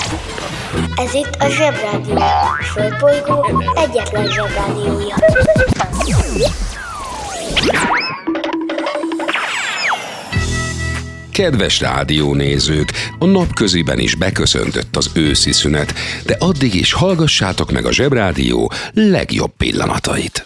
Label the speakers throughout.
Speaker 1: Ez itt a Zsebrádió, a Földbolygó egyetlen Zsebrádiója.
Speaker 2: Kedves rádiónézők, a napköziben is beköszöntött az őszi szünet, de addig is hallgassátok meg a Zsebrádió legjobb pillanatait.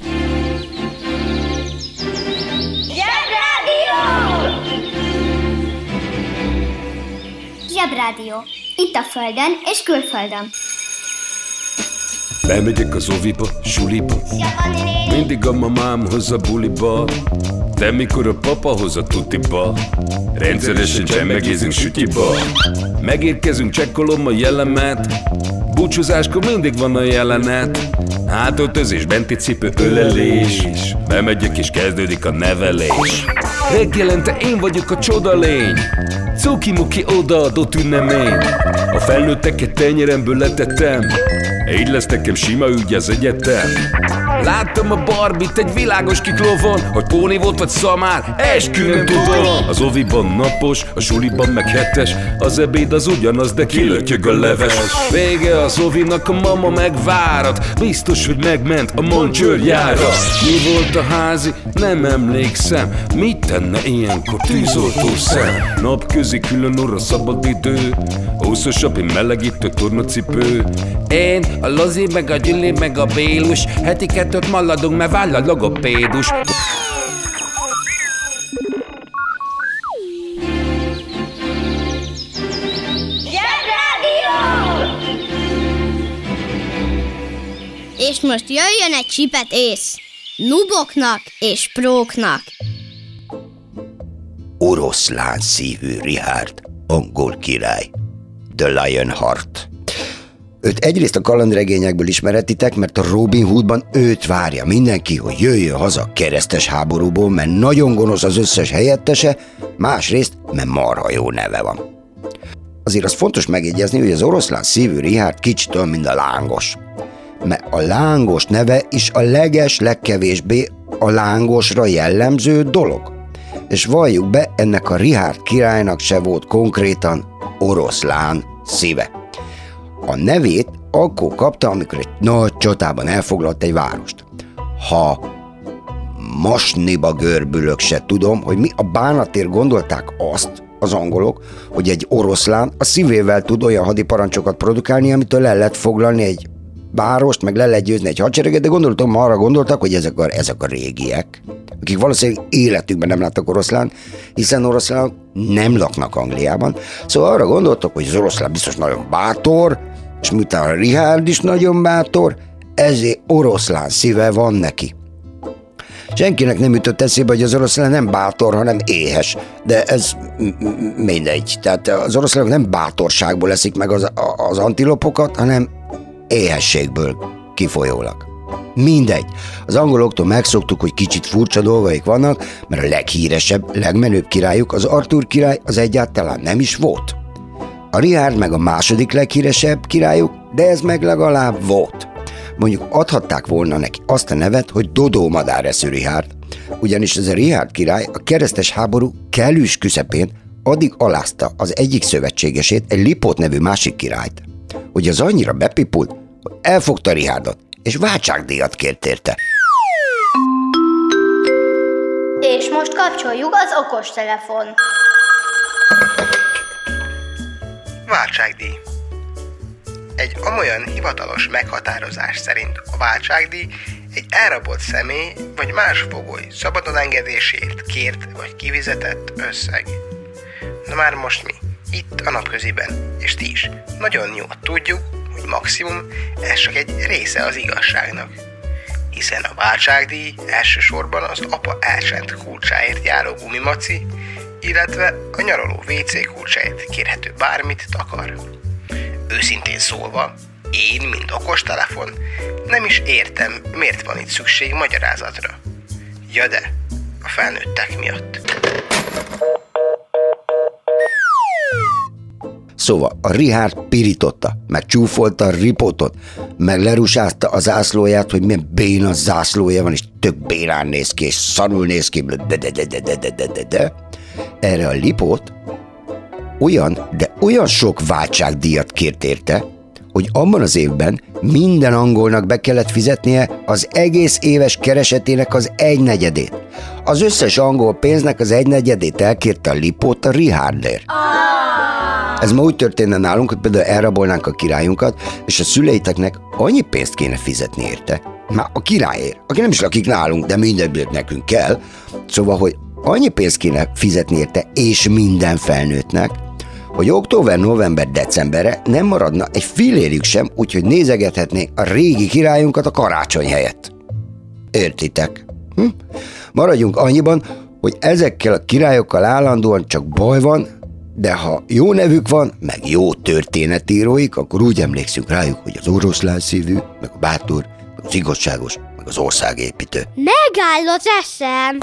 Speaker 3: Zsebrádió. Itt a Földön és külföldön.
Speaker 4: Bemegyek az oviba, suliba, mindig a mamám hoz a buliba, de mikor a papa hoz a tutiba, rendszeresen csemmegézünk sütyiba. Megérkezünk, csekkolom a jellemet, búcsúzáskor mindig van a jelenet. Hátöltözés, benti cipő, ölelés, bemegyek és kezdődik a nevelés. Reggelente én vagyok a csodalény, cuki-muki odaadott ünnemény. A felnőtteket tenyeremből letettem, így lesz nekem sima ügy az egyetem. Láttam a Barbit egy világos kiklovon, hogy póni volt vagy szamár, eskü nem tudom. Az oviban napos, a suliban meg hetes, az ebéd az ugyanaz, de kilötyög a leves. Vége az ovinak, a mama megvárat, biztos, hogy megment a Moncsőrjára. Mi volt a házi? Nem emlékszem, mit tenne ilyenkor tűzoltó szem? Napközi külön orra szabad idő, húszosabb, én melegítő tornacipő. Én, a Lozi, meg a Gyüli, meg a Bélus, heti kettőt maladunk, mert váll a logopédus.
Speaker 3: És most jöjjön egy csipet ész. Nuboknak és próknak.
Speaker 5: Oroszlán szívű Richard, angol király, The Lionheart. Őt egyrészt a kalandregényekből ismeretitek, mert a Robin Hoodban őt várja mindenki, hogy jöjjön haza a keresztes háborúból, mert nagyon gonosz az összes helyettese, másrészt, mert marha jó neve van. Azért az fontos megjegyezni, hogy az oroszlán szívű Richard kicsit olyan, mint a lángos. Mert a lángos neve is a legkevésbé a lángosra jellemző dolog. És valljuk be, ennek a Richard királynak se volt konkrétan oroszlán szíve. A nevét akkor kapta, amikor egy nagy csatában elfoglalt egy várost. Ha masniba görbülök, se tudom, hogy mi a bánatért gondolták azt az angolok, hogy egy oroszlán a szívével tud olyan hadiparancsokat produkálni, amitől le lehet foglalni egy várost, meg le lehet győzni egy hadsereget, de gondoltam, arra gondoltak, hogy ezek a régiek, akik valószínűleg életükben nem láttak oroszlán, hiszen oroszlánok nem laknak Angliában. Szóval arra gondoltak, hogy az oroszlán biztos nagyon bátor, és miután a Richard is nagyon bátor, ezért oroszlán szíve van neki. Senkinek nem jutott eszébe, hogy az oroszlán nem bátor, hanem éhes, de ez mindegy. Tehát az oroszlánok nem bátorságból eszik meg az antilopokat, hanem éhességből kifolyólag. Mindegy. Az angoloktól megszoktuk, hogy kicsit furcsa dolgaik vannak, mert a leghíresebb, legmenőbb királyuk, az Arthur király, az egyáltalán nem is volt. A Richard meg a második leghíresebb királyuk, de ez meg legalább volt. Mondjuk adhatták volna neki azt a nevet, hogy Dodó madáreszű Richard, ugyanis ez a Richard király a keresztes háború kellős közepén addig alázta az egyik szövetségesét, egy Lipót nevű másik királyt, hogy az annyira bepipult, hogy elfogta Richardot, és váltságdíjat kért érte.
Speaker 3: És most kapcsoljuk az okostelefon.
Speaker 6: Váltságdíj. Egy amolyan hivatalos meghatározás szerint a váltságdíj egy elrabolt személy vagy más fogoly szabadon engedésért kért vagy kifizetett összeg. Na már most mi, itt a napköziben, és ti is nagyon jól tudjuk, hogy maximum ez csak egy része az igazságnak. Hiszen a váltságdíj elsősorban az apa elcsent kulcsáért járó gumimaci, illetve a nyaraló WC kulcsáért kérhető bármit takar. Őszintén szólva, én, mint okostelefon, nem is értem, miért van itt szükség magyarázatra. Ja de, a felnőttek miatt.
Speaker 5: Szóval a Richard pirította, meg csúfolta a ripotot, meg lerusázta a zászlóját, hogy milyen béna zászlója van, és tök bénán néz ki, és szarul néz ki, de. Erre a Lipót olyan, de olyan sok váltságdíjat kért érte, hogy abban az évben minden angolnak be kellett fizetnie az egész éves keresetének az 1/4. Az összes angol pénznek az 1/4 elkérte a lipót a Richardért. Ez ma úgy történne nálunk, hogy például elrabolnánk a királyunkat, és a szüleiteknek annyi pénzt kéne fizetni érte, már a királyért, aki nem is lakik nálunk, de mindenből nekünk kell, szóval, hogy annyi pénzt kéne fizetni érte, és minden felnőttnek, hogy október, november, decemberre nem maradna egy fillérjük sem, úgyhogy nézegethetnénk a régi királyunkat a karácsony helyett. Értitek? Maradjunk annyiban, hogy ezekkel a királyokkal állandóan csak baj van, de ha jó nevük van, meg jó történetíróik, akkor úgy emlékszünk rájuk, hogy az oroszlán szívű, meg a bátor, meg az igazságos, meg az országépítő.
Speaker 1: Megáll az eszem!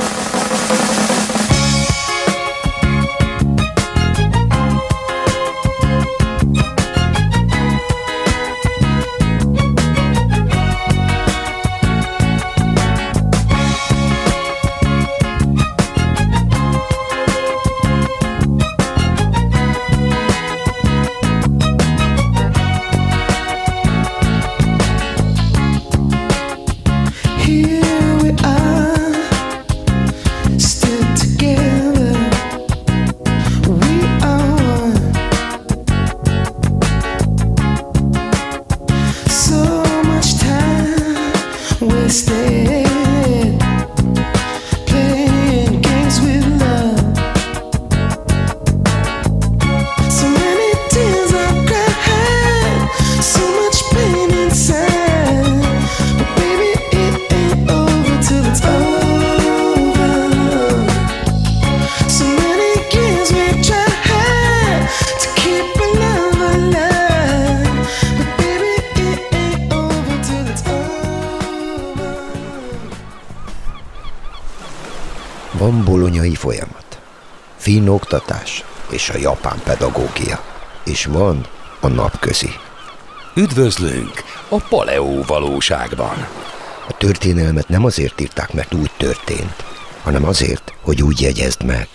Speaker 5: Van bolonyai folyamat, finn oktatás és a japán pedagógia, és van a napközi.
Speaker 2: Üdvözlünk a paleó valóságban.
Speaker 5: A történelmet nem azért írták, mert úgy történt, hanem azért, hogy úgy jegyezd meg.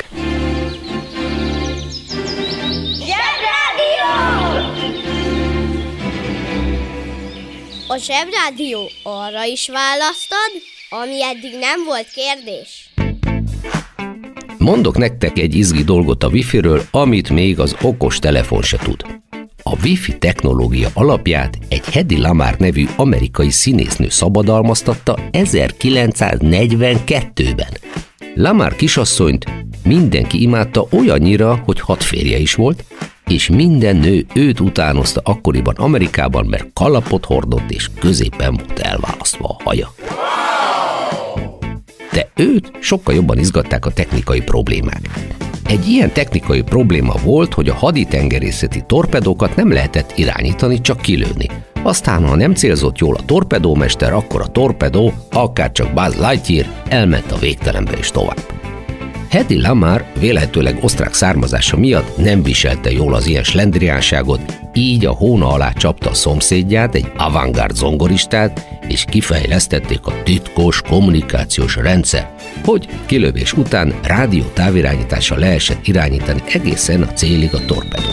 Speaker 1: Zsebrádió! A Zsebrádió arra is választad, ami eddig nem volt kérdés.
Speaker 7: Mondok nektek egy izgi dolgot a Wi-Fi-ről, amit még az okos telefon se tud. A Wi-Fi technológia alapját egy Hedy Lamarr nevű amerikai színésznő szabadalmaztatta 1942-ben. Lamarr kisasszonyt mindenki imádta olyannyira, hogy 6 férje is volt, és minden nő őt utánozta akkoriban Amerikában, mert kalapot hordott és középen volt elválasztva a haja. De őt sokkal jobban izgatták a technikai problémák. Egy ilyen technikai probléma volt, hogy a haditengerészeti torpedókat nem lehetett irányítani, csak kilőni. Aztán, ha nem célzott jól a torpedómester, akkor a torpedó, akárcsak Buzz Lightyear, elment a végtelenbe és tovább. Hedy Lamarr vélhetőleg osztrák származása miatt nem viselte jól az ilyen slendriánságot, így a hóna alá csapta a szomszédját, egy avantgárd zongoristát, és kifejlesztették a titkos kommunikációs rendszer, hogy kilövés után rádió távirányítással lehessen irányítani egészen a célig a torpedót.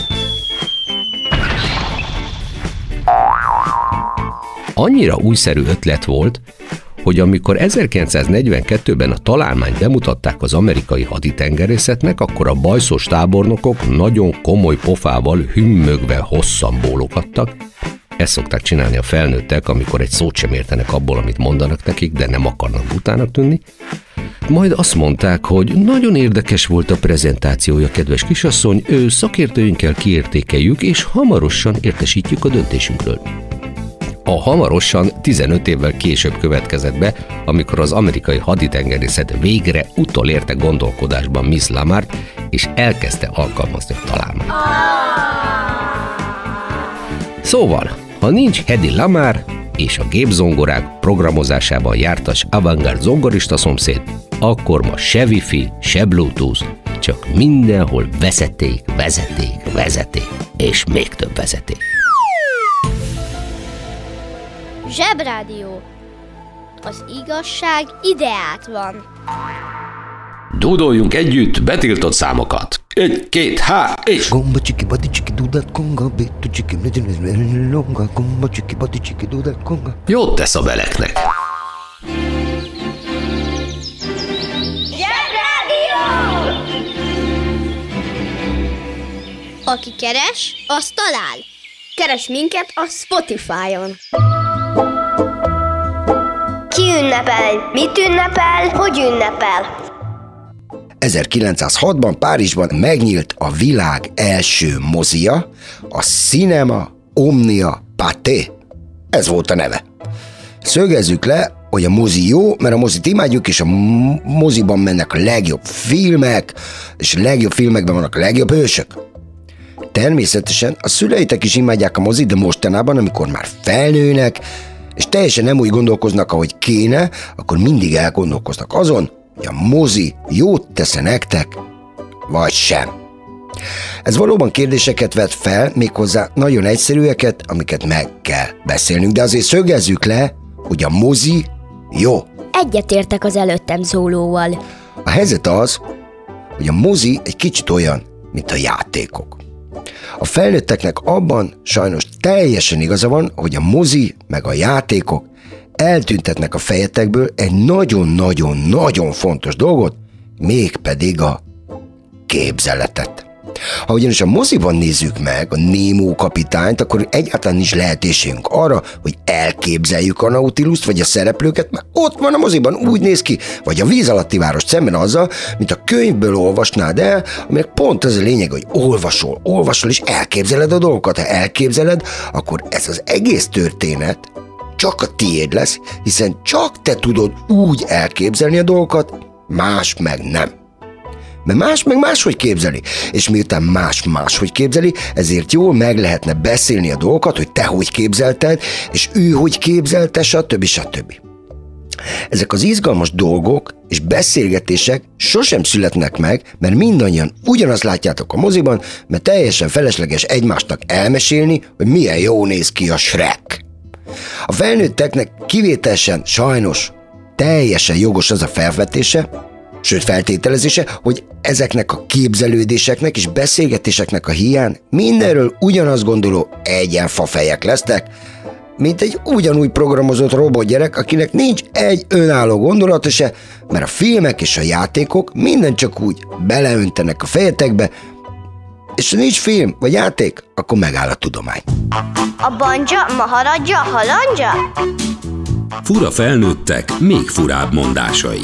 Speaker 7: Annyira újszerű ötlet volt, hogy amikor 1942-ben a találmányt bemutatták az amerikai haditengerészetnek, akkor a bajszos tábornokok nagyon komoly pofával hümmögve hosszan bólogattak. Ezt szokták csinálni a felnőttek, amikor egy szót sem értenek abból, amit mondanak nekik, de nem akarnak butának tűnni. Majd azt mondták, hogy nagyon érdekes volt a prezentációja, kedves kisasszony, szakértőinkkel kiértékeljük, és hamarosan értesítjük a döntésünkről. A hamarosan 15 évvel később következett be, amikor az amerikai haditengerészet végre utolérte gondolkodásban Miss Lamarrt, és elkezdte alkalmazni a találmányt. Szóval, ha nincs Hedy Lamarr és a gépzongorák programozásában jártas avantgárd zongorista szomszéd, akkor ma se Wi-Fi, se Bluetooth, csak mindenhol vezeték, vezeték, vezeték, és még több vezeték.
Speaker 1: Zsebrádió. Az igazság ideát van.
Speaker 2: Dúdoljunk együtt betiltott számokat!
Speaker 4: 1, 2, 3, és...
Speaker 5: Gomba csiki badi csiki dudat konga, bitu csiki longa, gomba csiki badi csiki dudat konga.
Speaker 7: Jót tesz a beleknek.
Speaker 3: Aki keres, az talál. Keres minket a Spotify-on. Ki ünnepel? Mit ünnepel? Hogy ünnepel?
Speaker 5: 1906-ban Párizsban megnyílt a világ első mozia, a Cinema Omnia Pathé. Ez volt a neve. Szögezzük le, hogy a mozi jó, mert a mozit imádjuk, és a moziban mennek a legjobb filmek, és a legjobb filmekben vannak a legjobb hősök. Természetesen a szüleitek is imádják a mozit, de mostanában, amikor már felnőnek, és teljesen nem úgy gondolkoznak, ahogy kéne, akkor mindig elgondolkoznak azon, hogy a mozi jót tesz-e nektek, vagy sem. Ez valóban kérdéseket vet fel, méghozzá nagyon egyszerűeket, amiket meg kell beszélnünk, de azért szögezzük le, hogy a mozi jó.
Speaker 1: Egyetértek az előttem szólóval.
Speaker 5: A helyzet az, hogy a mozi egy kicsit olyan, mint a játékok. A felnőtteknek abban sajnos teljesen igaza van, hogy a mozi meg a játékok eltüntetnek a fejetekből egy nagyon-nagyon-nagyon fontos dolgot, mégpedig a képzeletet. Ha ugyanis a moziban nézzük meg a Nemo kapitányt, akkor egyáltalán nincs lehetőségünk arra, hogy elképzeljük a Nautiluszt vagy a szereplőket, mert ott van a moziban, úgy néz ki, vagy a Víz alatti város szemben azzal, mint a könyvből olvasnád el, aminek pont az a lényeg, hogy olvasol és elképzeled a dolgokat. Ha elképzeled, akkor ez az egész történet csak a tiéd lesz, hiszen csak te tudod úgy elképzelni a dolgokat, más meg nem. Mert más meg máshogy képzeli. És miután más máshogy képzeli, ezért jól meg lehetne beszélni a dolgokat, hogy te hogy képzelted, és ő hogy képzelte, stb. Ezek az izgalmas dolgok és beszélgetések sosem születnek meg, mert mindannyian ugyanazt látjátok a moziban, mert teljesen felesleges egymásnak elmesélni, hogy milyen jó néz ki a Shrek. A felnőtteknek kivételesen sajnos teljesen jogos az a felvetése, sőt feltételezése, hogy ezeknek a képzelődéseknek és beszélgetéseknek a hiány mindenről ugyanazt gondoló egyenfafejek lesznek, mint egy ugyanúgy programozott robotgyerek, akinek nincs egy önálló gondolata se, mert a filmek és a játékok minden csak úgy beleöntenek a fejetekbe, és ha nincs film vagy játék, akkor megáll a tudomány.
Speaker 3: A banja, maharadja, halandja?
Speaker 2: Fura felnőttek, még furább mondásai.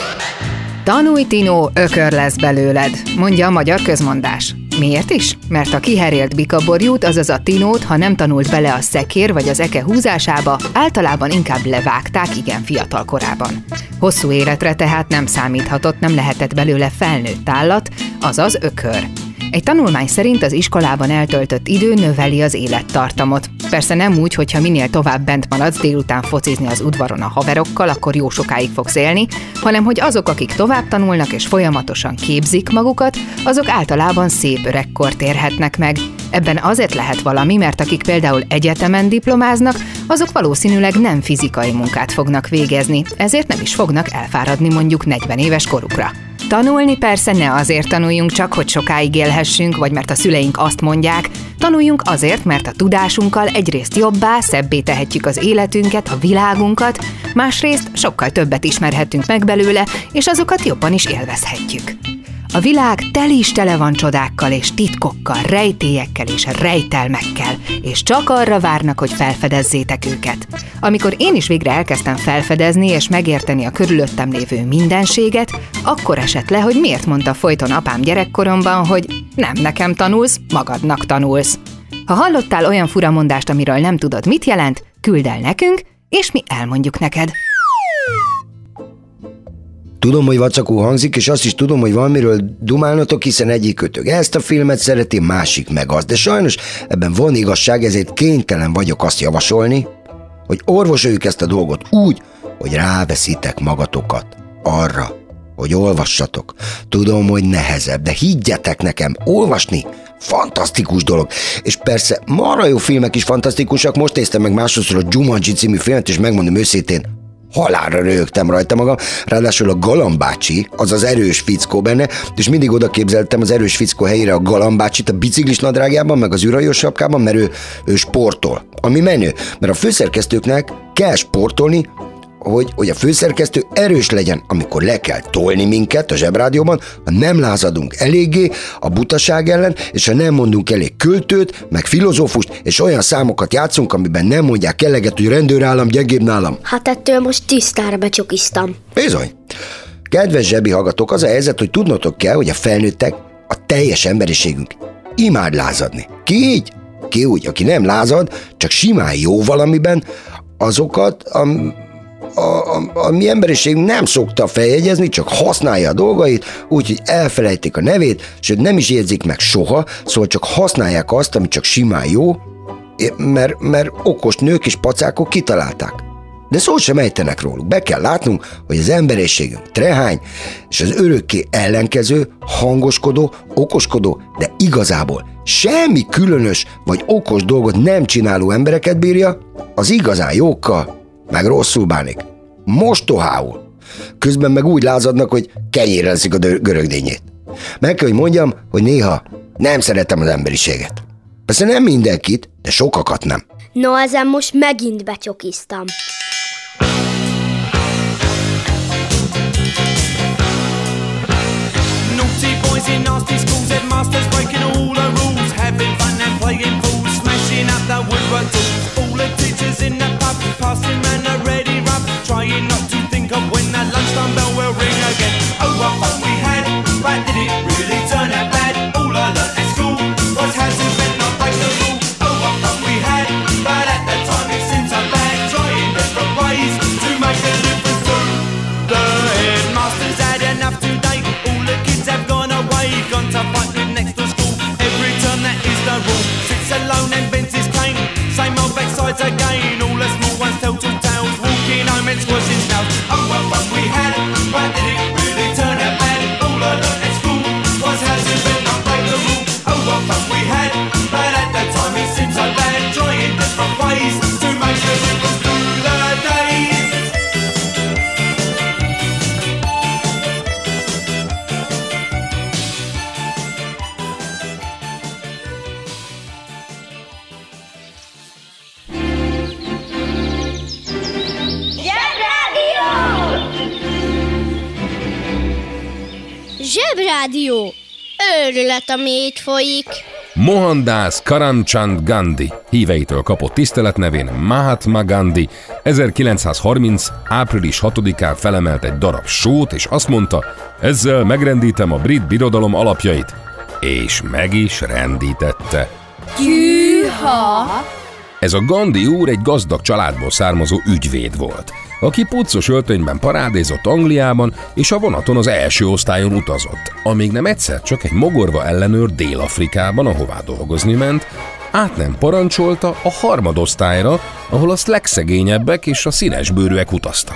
Speaker 8: Tanulj, Tinó, ökör lesz belőled, mondja a magyar közmondás. Miért is? Mert a kiherélt bikaborjút, azaz a Tinót, ha nem tanult bele a szekér vagy az eke húzásába, általában inkább levágták igen fiatal korában. Hosszú életre tehát nem számíthatott, nem lehetett belőle felnőtt állat, azaz ökör. Egy tanulmány szerint az iskolában eltöltött idő növeli az élettartamot. Persze nem úgy, hogyha minél tovább bent maradsz délután focizni az udvaron a haverokkal, akkor jó sokáig fogsz élni, hanem hogy azok, akik tovább tanulnak és folyamatosan képzik magukat, azok általában szép öregkort érhetnek meg. Ebben azért lehet valami, mert akik például egyetemen diplomáznak, azok valószínűleg nem fizikai munkát fognak végezni, ezért nem is fognak elfáradni mondjuk 40 éves korukra. Tanulni persze ne azért tanuljunk csak, hogy sokáig élhessünk, vagy mert a szüleink azt mondják, tanuljunk azért, mert a tudásunkkal egyrészt jobbá, szebbé tehetjük az életünket, a világunkat, másrészt sokkal többet ismerhetünk meg belőle, és azokat jobban is élvezhetjük. A világ tele van csodákkal és titkokkal, rejtélyekkel és rejtelmekkel, és csak arra várnak, hogy felfedezzétek őket. Amikor én is végre elkezdtem felfedezni és megérteni a körülöttem lévő mindenséget, akkor esett le, hogy miért mondta folyton apám gyerekkoromban, hogy nem nekem tanulsz, magadnak tanulsz. Ha hallottál olyan furamondást, amiről nem tudod, mit jelent, küldd el nekünk, és mi elmondjuk neked.
Speaker 5: Tudom, hogy vacakul hangzik, és azt is tudom, hogy valamiről dumálnotok, hiszen egyikőtök ezt a filmet szereti, másik meg azt. De sajnos ebben van igazság, ezért kénytelen vagyok azt javasolni, hogy orvosoljuk ezt a dolgot úgy, hogy ráveszitek magatokat arra, hogy olvassatok. Tudom, hogy nehezebb, de higgyetek nekem, olvasni fantasztikus dolog. És persze marha jó filmek is fantasztikusak, most néztem meg másodszor a Jumanji című filmet, és megmondom őszintén, Halálra röhögtem rajta magam, ráadásul a Galambácsi, az az erős fickó benne, és mindig oda képzeltem az erős fickó helyére a Galambácsit a biciklis nadrágjában, meg az űrhajós sapkában, mert ő sportol. Ami menő, mert a főszerkesztőknek kell sportolni, hogy a főszerkesztő erős legyen, amikor le kell tolni minket a Zsebrádióban, ha nem lázadunk eléggé a butaság ellen, és ha nem mondunk elég költőt, meg filozófust, és olyan számokat játszunk, amiben nem mondják eleget, hogy rendőrállam gyengébb nálam.
Speaker 1: Hát ettől most tisztára becsokiztam.
Speaker 5: Bizony. Kedves Zsebi hallgatók, az a helyzet, hogy tudnotok kell, hogy a felnőttek, a teljes emberiségünk imád lázadni. Ki így? Ki úgy, aki nem lázad, csak simán jó valamiben, azokat a mi emberiségünk nem szokta feljegyezni, csak használja a dolgait, úgyhogy elfelejtik a nevét, sőt nem is jegyzik meg soha, szóval csak használják azt, ami csak simán jó, mert okos nők és pacákok kitalálták. De szó sem ejtenek róluk. Be kell látnunk, hogy az emberiségünk trehány, és az örökké ellenkező, hangoskodó, okoskodó, de igazából semmi különös vagy okos dolgot nem csináló embereket bírja, az igazán jókkal meg rosszul bánik. Mostohául. Közben meg úgy lázadnak, hogy kenyérre leszik a görögdényét. Meg kell, hogy mondjam, hogy néha nem szeretem az emberiséget. Persze nem mindenkit, de sokakat nem.
Speaker 1: No, ezen most megint becsokiztam.
Speaker 9: Naughty boys in nasty schools, headmasters breaking all the rules, having fun and playing fools, smashing up the woodwork tools. All the teachers in the pub, passing round a ready rub, trying not to think of when that lunchtime bell will ring again. Oh, what fun we had, but did it really turn out bad? All I learnt at school was how to bend, not break the rule. Oh, what fun we had, but at the time it seemed so bad, trying different ways to make a difference to the headmasters had enough today. All the kids have gone away, gone to fight with next to school. Every term that is the rule, sits alone and bends his cane. Same old backsides again, all the small ones tell two tales, walking home and squashing snails. Oh, what fun we had, but did it really turn out bad? All I learnt at school was how to bend, not break the rule. Oh, what fun we had, but at the time it seemed so bad, trying different ways to make a difference through the days.
Speaker 3: Zsebrádió! Őrület, ami itt folyik.
Speaker 2: Mohandas Karamchand Gandhi híveitől kapott tiszteletnevén Mahatma Gandhi 1930. április 6-án felemelt egy darab sót, és azt mondta, ezzel megrendítem a brit birodalom alapjait. És meg is rendítette.
Speaker 3: Gyűha!
Speaker 2: Ez a Gandhi úr egy gazdag családból származó ügyvéd volt, aki puccos öltönyben parádézott Angliában, és a vonaton az első osztályon utazott, amíg nem egyszer csak egy mogorva ellenőr Dél-Afrikában, ahová dolgozni ment, át nem parancsolta a harmadosztályra, ahol a legszegényebbek és a színesbőrűek utaztak.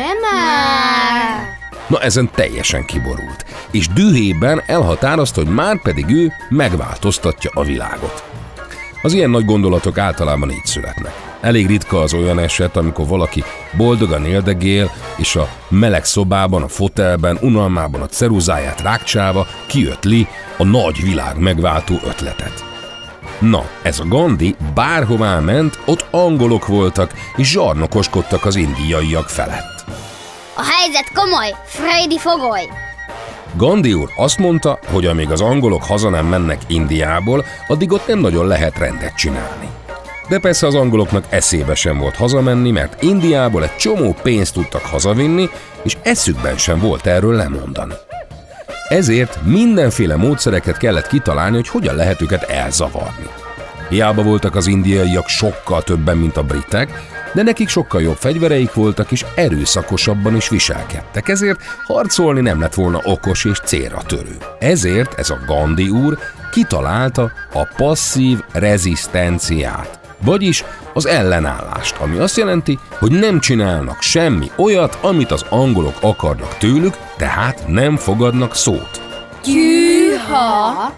Speaker 2: Na ezen teljesen kiborult, és dühében elhatározta, hogy már pedig ő megváltoztatja a világot. Az ilyen nagy gondolatok általában így születnek. Elég ritka az olyan eset, amikor valaki boldogan éldegél, és a meleg szobában, a fotelben, unalmában a ceruzáját rákcsálva kiötli a nagy világ megváltó ötletet. Na, ez a Gandhi bárhová ment, ott angolok voltak, és zsarnokoskodtak az indiaiak felett.
Speaker 3: A helyzet komoly, Freddy fogoly!
Speaker 2: Gandhi úr azt mondta, hogy amíg az angolok haza nem mennek Indiából, addig ott nem nagyon lehet rendet csinálni. De persze az angoloknak eszébe sem volt hazamenni, mert Indiából egy csomó pénzt tudtak hazavinni, és eszükben sem volt erről lemondani. Ezért mindenféle módszereket kellett kitalálni, hogy hogyan lehet őket elzavarni. Hiába voltak az indiaiak sokkal többen, mint a britek, de nekik sokkal jobb fegyvereik voltak, és erőszakosabban is viselkedtek, ezért harcolni nem lett volna okos és célra törő. Ezért ez a Gandhi úr kitalálta a passzív rezisztenciát, vagyis az ellenállást, ami azt jelenti, hogy nem csinálnak semmi olyat, amit az angolok akarnak tőlük, tehát nem fogadnak szót.
Speaker 3: Gyűha!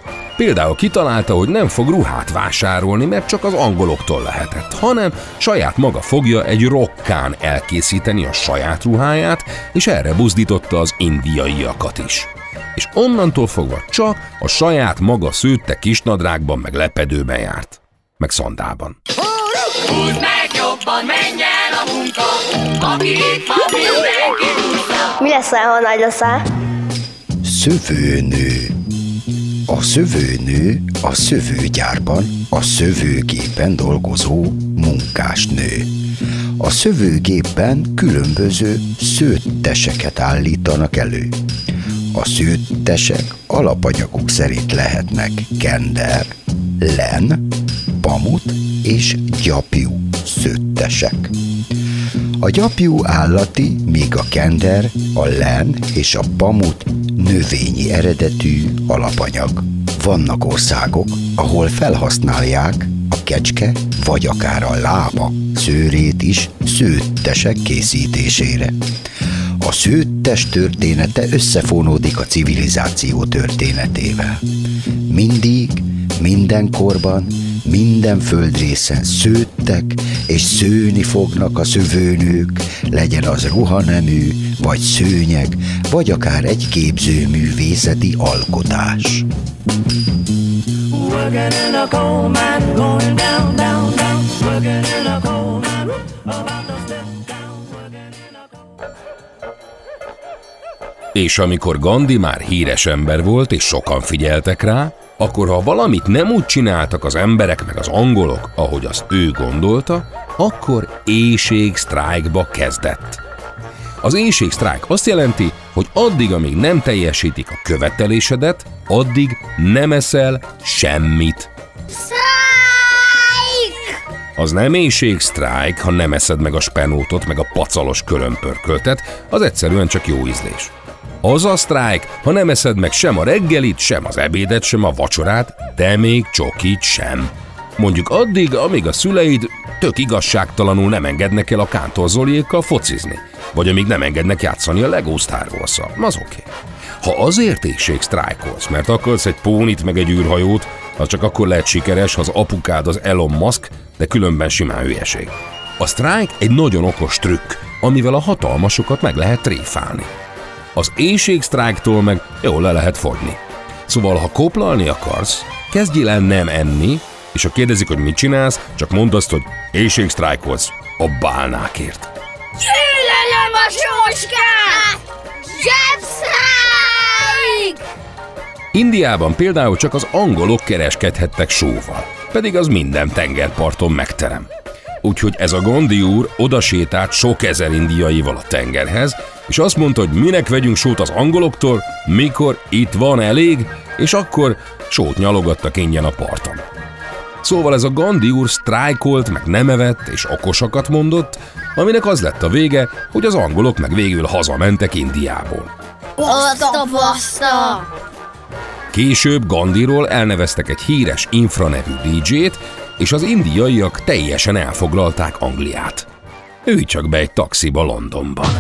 Speaker 2: Például kitalálta, hogy nem fog ruhát vásárolni, mert csak az angoloktól lehetett, hanem saját maga fogja egy rokkán elkészíteni a saját ruháját, és erre buzdította az indiaiakat is. És onnantól fogva csak a saját maga szőtte kisnadrágban meg lepedőben járt, meg szandában.
Speaker 9: Húzd meg jobban, menj el a munka, aki itt van, mindenki húzza.
Speaker 1: Mi leszel, ha nagy leszel?
Speaker 5: Szövőnő. A szövőnő a szövőgyárban, a szövőgépen dolgozó munkásnő. A szövőgépben különböző szőtteseket állítanak elő. A szőttesek alapanyaguk szerint lehetnek kender, len, pamut és gyapjú szőttesek. A gyapjú állati, míg a kender, a len és a pamut növényi eredetű alapanyag. Vannak országok, ahol felhasználják a kecske vagy akár a lába szőrét is szőttesek készítésére. A szőttes története összefonódik a civilizáció történetével. Mindig, mindenkorban, minden földrészen szőttek és szőni fognak a szövőnők, legyen az ruhanemű, vagy szőnyeg, vagy akár egy képzőművészeti alkotás.
Speaker 2: És amikor Gandhi már híres ember volt, és sokan figyeltek rá, akkor ha valamit nem úgy csináltak az emberek meg az angolok, ahogy azt ő gondolta, akkor éhségsztrájkba kezdett. Az éhségsztrájk azt jelenti, hogy addig, amíg nem teljesítik a követelésedet, addig nem eszel semmit.
Speaker 3: Sztrájk!
Speaker 2: Az nem éhségsztrájk, ha nem eszed meg a spenótot, meg a pacalos körömpörköltet, az egyszerűen csak jó ízlés. Az a sztrájk, ha nem eszed meg sem a reggelit, sem az ebédet, sem a vacsorát, de még csokit sem. Mondjuk addig, amíg a szüleid tök igazságtalanul nem engednek el a Kántor Zoliékkal focizni, vagy amíg nem engednek játszani a Lego Star Wars-szal, az oké. Ha azért éhségsztrájkolsz, mert akarsz egy pónit meg egy űrhajót, az csak akkor lehet sikeres, ha az apukád az Elon Musk, de különben simán hülyeség. A sztrájk egy nagyon okos trükk, amivel a hatalmasokat meg lehet tréfálni. Az éhségsztrájktól meg jól le lehet fogyni. Szóval, ha koplalni akarsz, kezdjél el nem enni, és ha kérdezik, hogy mit csinálsz, csak mondd azt, hogy éhségsztrájkolsz a bálnákért.
Speaker 3: Gyűlölöm a sóskát! Zsebsztrájk!
Speaker 2: Indiában például csak az angolok kereskedhettek sóval, pedig az minden tengerparton megterem. Úgyhogy ez a Gandhi úr odasétált sok ezer indiaival a tengerhez, és azt mondta, hogy minek vegyünk sót az angoloktól, mikor itt van elég, és akkor sót nyalogattak ingyen a parton. Szóval ez a Gandhi úr sztrájkolt, meg nem evett, és okosakat mondott, aminek az lett a vége, hogy az angolok meg végül hazamentek Indiából.
Speaker 3: Baszta!
Speaker 2: Később Gandhiról elneveztek egy híres Infra nevű DJ-t, és az indiaiak teljesen elfoglalták Angliát. Ülj csak be egy taxiba Londonban.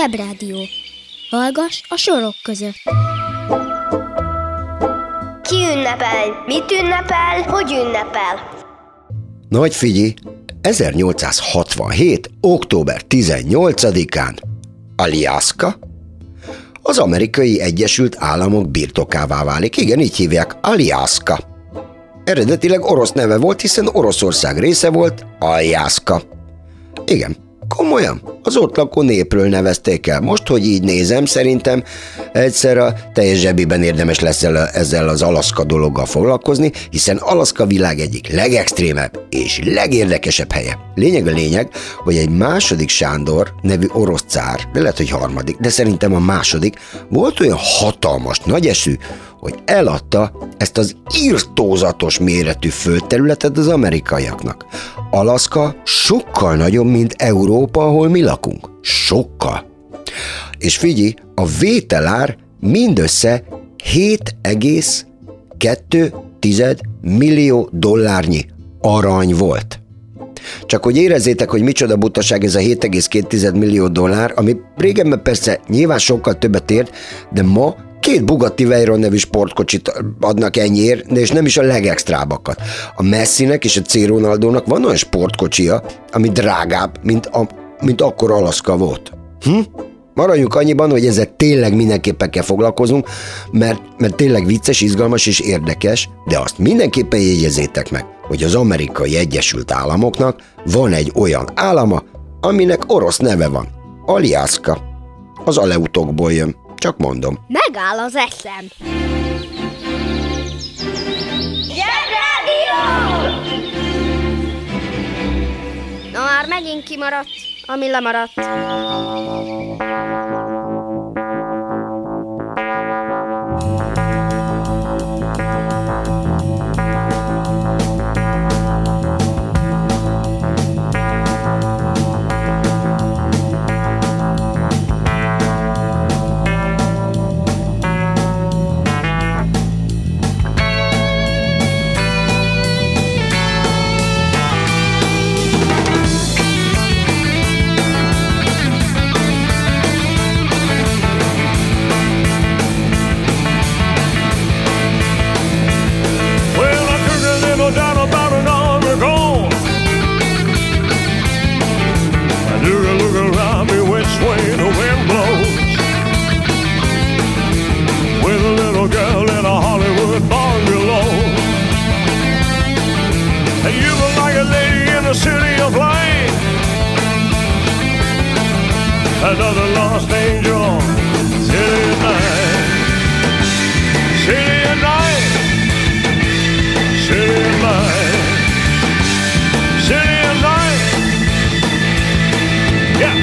Speaker 3: Zsebrádió. Hallgass a sorok között.
Speaker 1: Ki ünnepel? Mit ünnepel? Hogy ünnepel?
Speaker 5: Nagy figyelj, 1867. október 18-án Aljaska az Amerikai Egyesült Államok birtokává válik. Igen, így hívják, Aljaska. Eredetileg orosz neve volt, hiszen Oroszország része volt, Aljaska. Igen, komolyan, az ott lakó népről nevezték el. Most, hogy így nézem, szerintem egyszer a teljes zsebiben érdemes lesz ezzel az Alaszka dologgal foglalkozni, hiszen Alaszka világ egyik legextrémebb és legérdekesebb helye. Lényeg a lényeg, hogy egy második Sándor nevű orosz cár, de lehet, hogy harmadik, de szerintem a második, volt olyan hatalmas nagyeszű, hogy eladta ezt az irtózatos méretű földterületet az amerikaiaknak. Alaszka sokkal nagyobb, mint Európa, ahol mi lakunk. Sokkal. És figyelj, a vételár mindössze 7,2 millió dollárnyi arany volt. Csak hogy érezzétek, hogy micsoda butaság ez a 7,2 millió dollár, ami régebben persze nyilván sokkal többet ért, de ma 2 Bugatti Veyron nevű sportkocsit adnak ennyiért, de és nem is a legextrábbakat. A Messinek és a C. Ronaldónak van olyan sportkocsia, ami drágább, mint akkor Alaszka volt. Maradjunk annyiban, hogy ezzel tényleg mindenképpen kell foglalkozunk, mert tényleg vicces, izgalmas és érdekes, de azt mindenképpen jegyezzétek meg, hogy az Amerikai Egyesült Államoknak van egy olyan állama, aminek orosz neve van. Aljaska. Az aleutokból jön. Csak mondom.
Speaker 3: Megáll az eszem.
Speaker 1: Zsebrádió!
Speaker 3: Na már megint kimaradt, ami lemaradt.
Speaker 9: Another lost angel, city at night, city at night, city at night, city at night, yeah.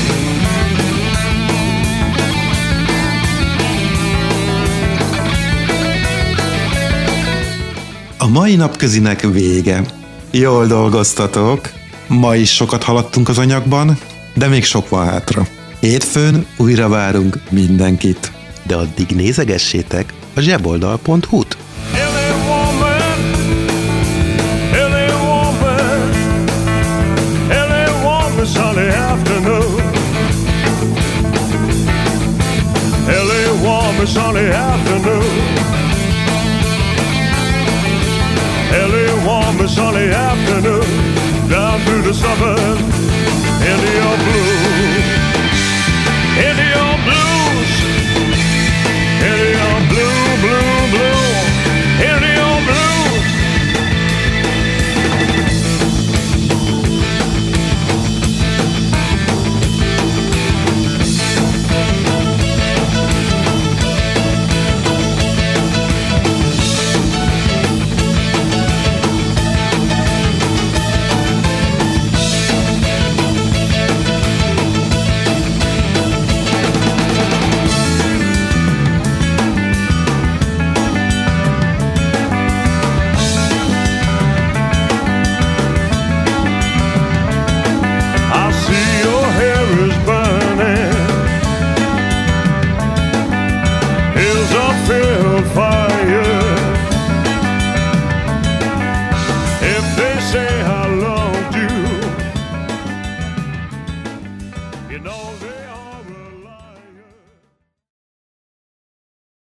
Speaker 10: A mai napközinek vége. Jól dolgoztatok, ma is sokat haladtunk az anyagban, de még sok van hátra. Hétfőn újra várunk mindenkit, de addig nézegessétek a zseboldal.hu-t.
Speaker 9: Sunny afternoon, down through the suburbs, into your blue, into your blue